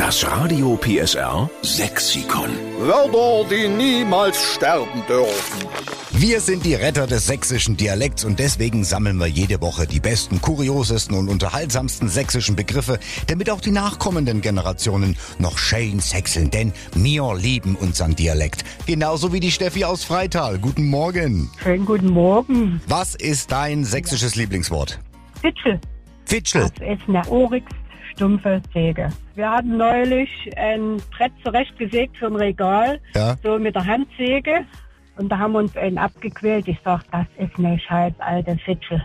Das Radio PSR Sexikon. Wörter, die niemals sterben dürfen. Wir sind die Retter des sächsischen Dialekts und deswegen sammeln wir jede Woche die besten, kuriosesten und unterhaltsamsten sächsischen Begriffe, damit auch die nachkommenden Generationen noch schön sächseln, denn wir lieben unseren Dialekt. Genauso wie die Steffi aus Freital. Guten Morgen. Schönen guten Morgen. Was ist dein sächsisches Lieblingswort? Fitschel. Fitschel. Das ist eine Oryx stumpfe Säge. Wir hatten neulich ein Brett zurechtgesägt für ein Regal, Ja. so mit der Handsäge. Und da haben wir uns einen abgequält. Ich sag, das ist eine scheiß alte Fitschel.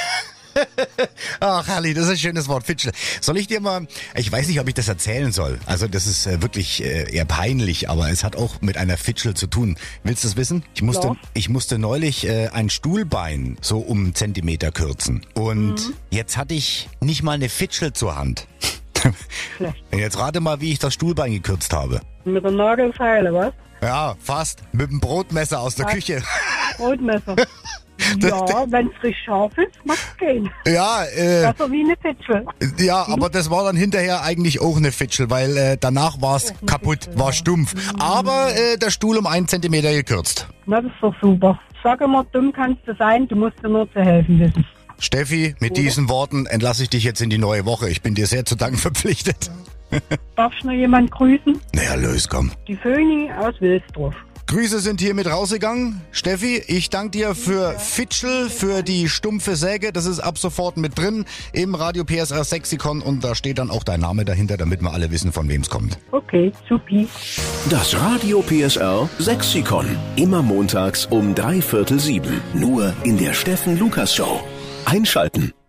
Ach, herrlich, das ist ein schönes Wort, Fitschel. Soll ich dir mal, ich weiß nicht, ob ich das erzählen soll. Also das ist wirklich eher peinlich, aber es hat auch mit einer Fitschel zu tun. Willst du es wissen? Ich musste neulich ein Stuhlbein so um einen Zentimeter kürzen. Und jetzt hatte ich nicht mal eine Fitschel zur Hand. Schlecht. Und jetzt rate mal, wie ich das Stuhlbein gekürzt habe. Mit der Nagelfeile, was? Ja, fast. Mit dem Brotmesser aus der Küche. Brotmesser. Ja, wenn es richtig scharf ist, macht's gehen. Ja, Besser wie eine Fitschel. ja, aber das war dann hinterher eigentlich auch eine Fitschel, weil danach war es eine kaputt, Fitschel, war ja. stumpf. Aber der Stuhl um 1 Zentimeter gekürzt. Na, das ist doch super. Ich sag immer, dumm kannst du sein, du musst dir nur zu helfen wissen. Steffi, mit diesen Worten entlasse ich dich jetzt in die neue Woche. Ich bin dir sehr zu Dank verpflichtet. Darf ich noch jemand grüßen? Naja, los, komm. Die Föni aus Wilsdorf. Grüße sind hiermit rausgegangen. Steffi, ich danke dir für Fitschel, für die stumpfe Säge. Das ist ab sofort mit drin im Radio PSR Sexikon und da steht dann auch dein Name dahinter, damit wir alle wissen, von wem es kommt. Okay, supi. Das Radio PSR Sexikon. Immer montags um 6:45. Nur in der Steffen Lukas Show. Einschalten.